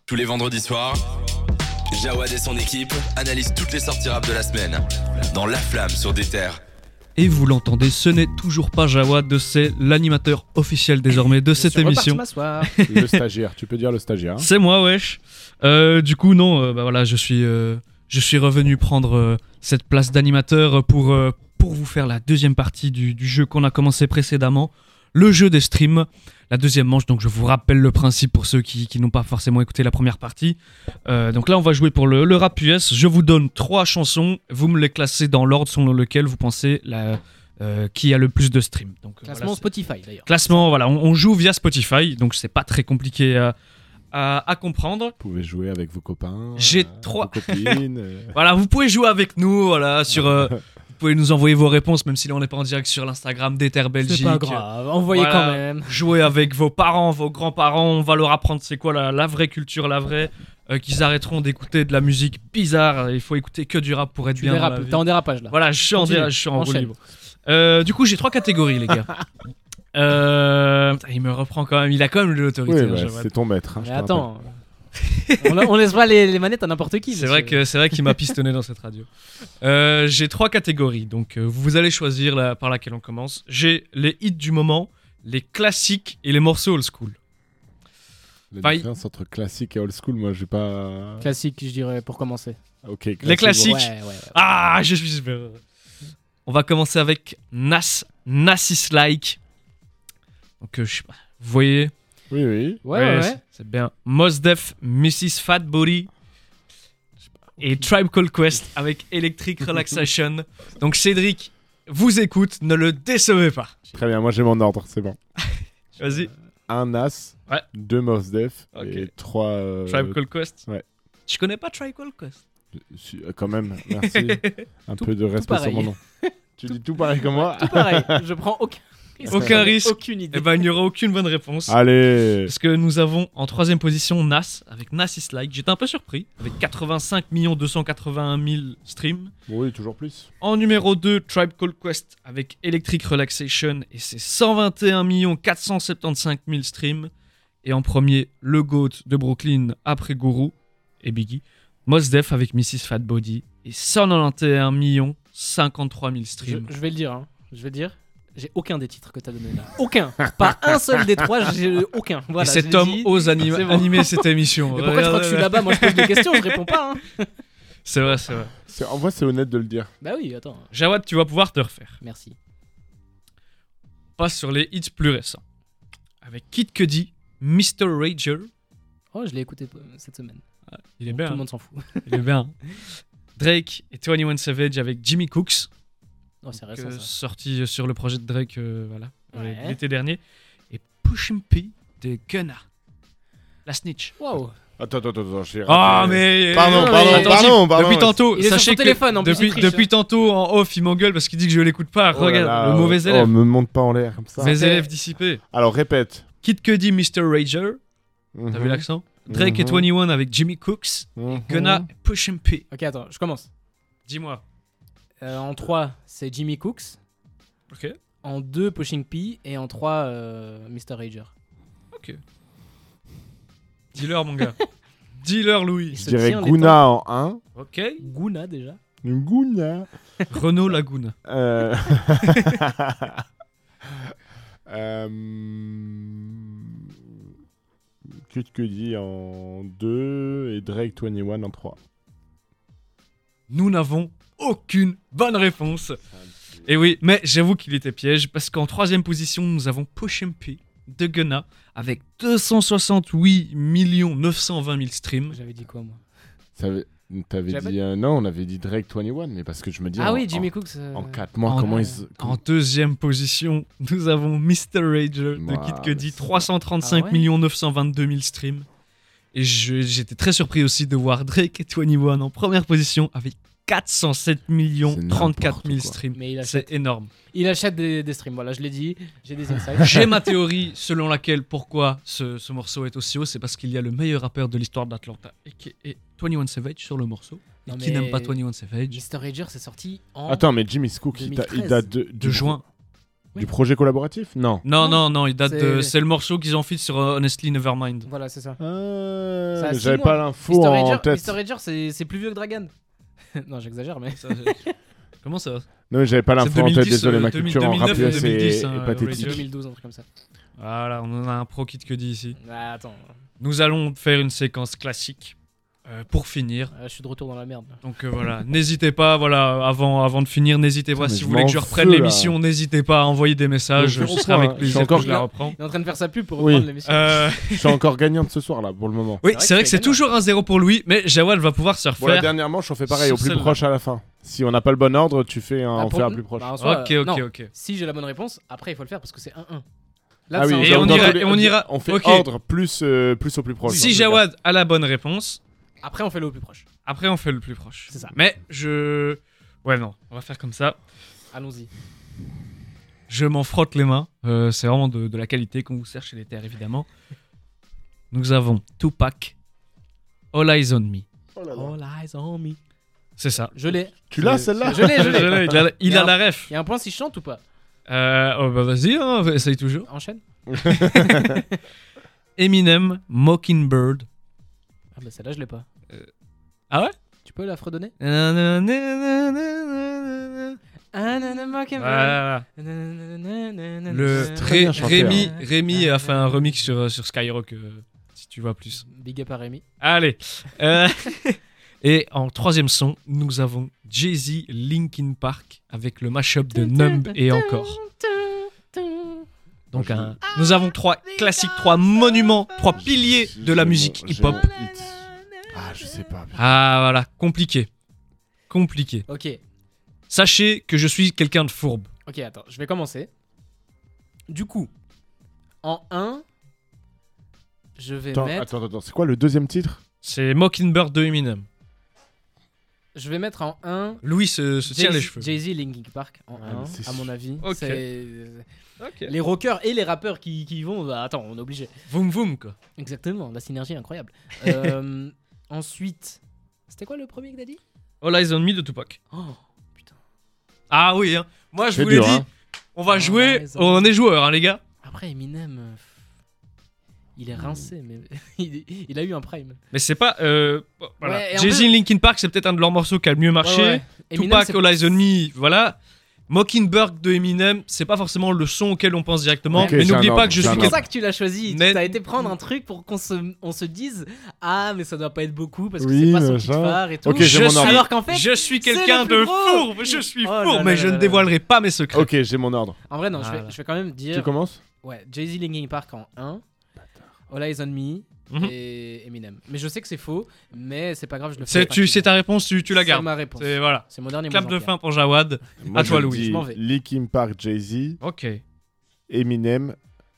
Tous les vendredis soirs, Jawad et son équipe analysent toutes les sorties rap de la semaine dans La Flamme sur des terres. Et vous l'entendez, ce n'est toujours pas Jawad, c'est l'animateur officiel désormais de cette émission. Le stagiaire, tu peux dire le stagiaire. C'est moi, wesh. Du coup, non, voilà, je suis revenu prendre cette place d'animateur pour vous faire la deuxième partie du jeu qu'on a commencé précédemment, le jeu des streams, la deuxième manche. Donc je vous rappelle le principe pour ceux qui n'ont pas forcément écouté la première partie. Donc là, on va jouer pour le rap US. Je vous donne 3 chansons, vous me les classez dans l'ordre selon lequel vous pensez qui a le plus de streams. Donc, classement voilà, Spotify d'ailleurs. Classement, voilà, on joue via Spotify, donc c'est pas très compliqué à comprendre. Vous pouvez jouer avec vos copains, J'ai vos 3 copines. Voilà, vous pouvez jouer avec nous, voilà, sur vous pouvez nous envoyer vos réponses, même si là on n'est pas en direct sur l'Instagram d'Ether Belgique. C'est pas grave, envoyez Voilà, quand même. Jouez avec vos parents, vos grands-parents, on va leur apprendre c'est quoi la vraie culture, la vraie, qu'ils arrêteront d'écouter de la musique bizarre. Il faut écouter que du rap pour être bien dans la vie. T'es en dérapage là. Voilà, je suis en roue Enchaîne. libre. Du coup, j'ai 3 catégories, les gars. Il me reprend quand même, il a quand même de l'autorité. Oui, hein, c'est ton maître. Hein, Mais attends, on laisse pas les manettes à n'importe qui. C'est vrai qu'il m'a pistonné dans cette radio. J'ai 3 catégories, donc vous allez choisir par laquelle on commence. J'ai les hits du moment, les classiques et les morceaux old school. La différence entre classique et old school, moi j'ai pas. Classique, je dirais, pour commencer. Ok. Classique. Les classiques. Ouais. Ah, je suis super heureux. On va commencer avec Nas is Like. Donc je sais pas, vous voyez. Oui. Ouais. C'est bien. Mos Def, Mrs. Fat Body et Tribe Called Quest avec Electric Relaxation. Donc Cédric vous écoute, ne le décevez pas. Très bien, moi j'ai mon ordre, c'est bon. Vas-y. 1 Nas, Ouais. 2 Mos Def Ok. et 3... Tribe Called Quest. ouais. Tu connais pas Tribe Called Quest? Quand même, merci. Un peu de respect sur pareil. mon nom. Tu dis tout pareil que moi. Tout pareil, je prends aucun risque. Aucun risque. Aucune idée. Eh ben, il n'y aura aucune bonne réponse. Allez. Parce que nous avons en 3ème position Nas avec Nas is Like. J'étais un peu surpris avec 85 281 000 streams. Oui, toujours plus. En numéro 2, Tribe Called Quest avec Electric Relaxation et ses 121 475 000 streams. Et en premier, le GOAT de Brooklyn après Guru et Biggie, Mos Def avec Mrs. Fat Body et 191 53 000 streams. Je vais le dire, j'ai aucun des titres que t'as donné là. Aucun. Pas un seul des 3, j'ai aucun. Voilà, et cet homme ose animer cette émission. Mais pourquoi tu crois que je suis là-bas? Moi je pose des questions, je réponds pas. C'est vrai. En vrai, c'est honnête de le dire. Bah oui, attends. Jawad, tu vas pouvoir te refaire. Merci. On passe sur les hits plus récents. Avec Kid Cudi, Mr. Rager. Oh, je l'ai écouté cette semaine. Il est Tout bien. le monde s'en fout. Il est bien. Drake et 21 Savage avec Jimmy Cooks. Oh, c'est récent ça. Sorti sur le projet de Drake Ouais. l'été dernier. Et Pushin P de Gunna. La snitch. Waouh. Attends, j'ai raté. Ah, mais. Pardon. Depuis tantôt, Il est sur sachez son que téléphone, en plus, il triche, depuis hein. tantôt en off, il m'engueule parce qu'il dit que je l'écoute pas. Oh là Regarde, là, le mauvais élève. Oh, me monte pas en l'air comme ça. Mauvais élève dissipé. Alors, répète. Kid Cudi, Mr. Rager. T'as vu l'accent? Drake et 21 avec Jimmy Cooks. Gunna et Pushin P. Ok, attends, je commence. Dis-moi. En 3, c'est Jimmy Cooks. Ok. En 2, Pushing P. Et en 3, Mr. Rager. Ok. Dis-leur, mon gars. Dis-leur, Louis. Je dirais Guna en 1. Ok. Guna déjà. Guna. Renault Laguna. Kid Cudi en 2 et Drake 21 en 3. Nous n'avons aucune bonne réponse. Et oui, mais j'avoue qu'il était piège parce qu'en 3ème position, nous avons Pushin P de Gunna avec 268 920 000 streams. J'avais dit quoi moi? T'avais J'avais dit non, on avait dit Drake 21, mais parce que je me dis Ah oui, Jimmy Cooks. en 4 mois, comment ils... En 2ème position, nous avons Mr. Rager de Ouah, Kid Cudi, mais 335 Ah ouais 922 000 streams. Et j'étais très surpris aussi de voir Drake et 21 en première position avec 407 34 000 streams. Mais il achète, C'est énorme. il achète des streams, voilà, je l'ai dit. J'ai des insights. J'ai ma théorie selon laquelle pourquoi ce morceau est aussi haut, c'est parce qu'il y a le meilleur rappeur de l'histoire d'Atlanta et qui est 21 Savage sur le morceau. Et Non, qui mais n'aime pas 21 Savage? Mr. Rager, c'est sorti en. Attends, mais Jimmy Cook, il 2013. date De juin. Du projet collaboratif? Non. Non, il date de. C'est- C'est le morceau qu'ils ont fait sur Honestly Nevermind. Voilà, c'est ça. Ah, Ça a 6 j'avais mois. pas l'info en tête. Mr. Rager, c'est plus vieux que Dragan. Non, j'exagère, mais. Comment ça? Non, mais j'avais pas C'est l'info en tête, 2010, désolé, ma 2009, culture en rap 2010, US hein, est pathétique. Radio. 2012, un truc comme ça. Voilà, on en a un pro kit que dit ici. Ah, attends. Nous allons faire une séquence classique pour finir. Je suis de retour dans la merde. Donc voilà, n'hésitez pas, voilà, avant de finir, n'hésitez pas, Putain, mais si je vous voulez que je m'en reprenne fous, l'émission, n'hésitez pas à envoyer des messages, Je ce sera avec reprends, plaisir je suis encore que je la là. reprends. Il est en train de faire sa pub pour Oui. reprendre l'émission. Je suis encore gagnante ce soir là pour le moment. Oui, vrai c'est vrai que que c'est tu es toujours 1-0 pour Louis, mais Jawad va pouvoir se Bon, la refaire. dernière manche, on fait pareil, Sur au plus celle-là. proche à la fin. Si on n'a pas le bon ordre, tu fais Ah, on pour- fait un plus proche. Bah, en soi, Ok, non. ok. Si j'ai la bonne réponse, après il faut le faire parce que c'est 1-1. Là, Ah oui, c'est un Et jeu. on dans ira- tous les- et on ira- On fait ok. ordre plus au plus proche. Si Jawad a la bonne réponse, Après, on fait le au plus proche. après on fait le plus proche. C'est ça. Mais Ouais, non, on va faire comme ça. Allons-y. Je m'en frotte les mains. C'est vraiment de la qualité qu'on vous sert chez les terres, évidemment. Nous avons Tupac, All Eyes on Me. Oh là là. All eyes on me. C'est ça. Je l'ai. Tu l'as celle-là? Je l'ai. Il a la ref. Il y a un point si je chante ou pas? Oh bah vas-y, hein, essaye toujours. Enchaîne. Eminem, Mockingbird. Ah bah celle-là, je l'ai pas. Ah ouais? Tu peux la fredonner? Voilà. Le très bien chanté, Rémi a fait un remix sur Skyrock, si tu vois plus. Big up à Rémi. Allez. Et en troisième son, nous avons Jay-Z, Linkin Park avec le mashup de Numb et encore. Donc nous avons 3 classiques, 3 monuments, 3 piliers de la musique J'ai hip-hop. mon hit. Ah, je sais pas. Ah voilà, compliqué. Compliqué. Ok. Sachez que je suis quelqu'un de fourbe. Ok, attends, je vais commencer. Du coup, en 1, je vais mettre. Attends, c'est quoi le deuxième titre? C'est Mockingbird de Eminem. Je vais mettre en 1. Louis se tire les cheveux. Jay-Z, Linkin Park en Ouais, 1, mais c'est à mon avis. Ok. C'est Ok. les rockers et les rappeurs qui y vont. Bah, attends, on est obligé. Voum voum quoi. Exactement, la synergie est incroyable. Ensuite, c'était quoi le premier que t'as dit? All Eyes on Me de Tupac. Oh, putain. Ah oui, hein. Moi je C'est vous l'ai dur, dit, hein. on va All jouer, Eyes on on est joueurs hein les gars. Après, Eminem, il est rincé, mais il a eu un prime. Mais c'est pas... voilà. Ouais, et en Jay-Z plus- Linkin Park c'est peut-être un de leurs morceaux qui a le mieux marché. Ouais, ouais. Eminem, Tupac, c'est- All Eyes on Me, voilà. Mockingbird de Eminem, c'est pas forcément le son auquel on pense directement. Ok, mais j'ai n'oubliez un pas ordre, que je j'ai suis un C'est pour ordre. ça que tu l'as choisi. Mais- Tu as été prendre un truc pour qu'on se dise ah mais ça doit pas être beaucoup parce que Oui, c'est pas son machin. petit phare et tout. Ok, j'ai Je mon suis- ordre. Alors qu'en fait, Je suis c'est quelqu'un le plus de gros. fourbe, je suis Oh là fourbe, là mais là je là ne là. dévoilerai pas mes secrets. Ok, j'ai mon ordre. en vrai non, Voilà. je vais quand même Tu dire commences? ouais, Jay-Z Linkin Park en 1, All Eyes on Me Mhm. et Eminem. Mais je sais que c'est faux, mais c'est pas grave, je le C'est ferai. c'est ta réponse, tu la C'est gardes. ma réponse. C'est voilà. C'est mon dernier mot. Clap de Jean-Pierre. fin pour Jawad. Moi, À toi, je Louis. dis Je m'en vais. Linkin Park, Jay-Z, Ok. Eminem,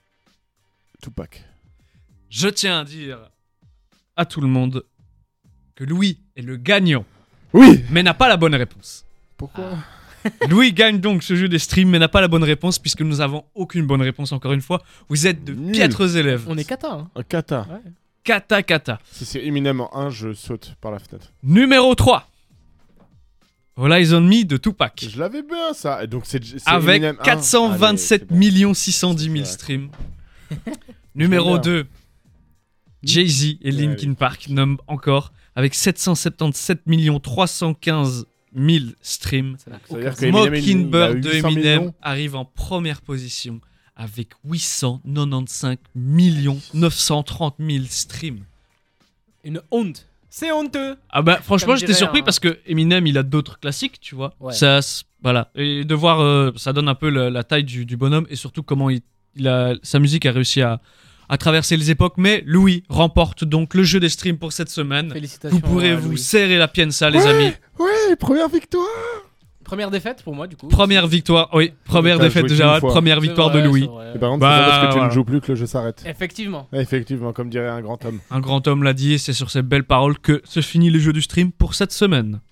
Tupac. Je tiens à dire à tout le monde que Louis est le gagnant, Oui. mais n'a pas la bonne réponse. Pourquoi? Louis gagne donc ce jeu des streams, mais n'a pas la bonne réponse puisque nous n'avons aucune bonne réponse encore une fois. Vous êtes de Nul. piètres élèves. On est kata hein. Un kata. Kata kata. Si c'est Eminem en 1, je saute par la fenêtre. Numéro 3. All Eyes on Me de Tupac. Je l'avais bien ça. Et donc c'est Avec Eminem 1. 427 Allez, c'est bon. 610 000 Ouais. streams. Numéro bien. 2. Jay-Z et Linkin allez. Park, nomme encore, avec 777 315 000 streams. Ça n'a Ça veut dire aucun que Eminem, il a Mockingbird de 800 Eminem millions. arrive en première position avec 895 930 000 streams. Une honte. C'est honteux. Ah bah franchement Comme j'étais dirait surpris un- parce que Eminem il a d'autres classiques tu vois. Ouais. Voilà. Et de voir ça donne un peu la taille du bonhomme et surtout comment sa musique a réussi à traverser les époques. Mais Louis remporte donc le jeu des streams pour cette semaine. Félicitations. Vous pourrez à vous Louis. serrer la piensa les amis. Ouais, première victoire. Première défaite pour moi du coup. Première victoire, oui, première T'as défaite joué de qu'une Jawad, fois. première C'est victoire vrai, de Louis. c'est vrai. Et par contre, Bah, c'est pas parce que tu voilà. ne joues plus que le jeu s'arrête. Effectivement. Ouais, effectivement, comme dirait un grand homme. Un grand homme l'a dit et c'est sur ces belles paroles que se finit le jeu du stream pour cette semaine.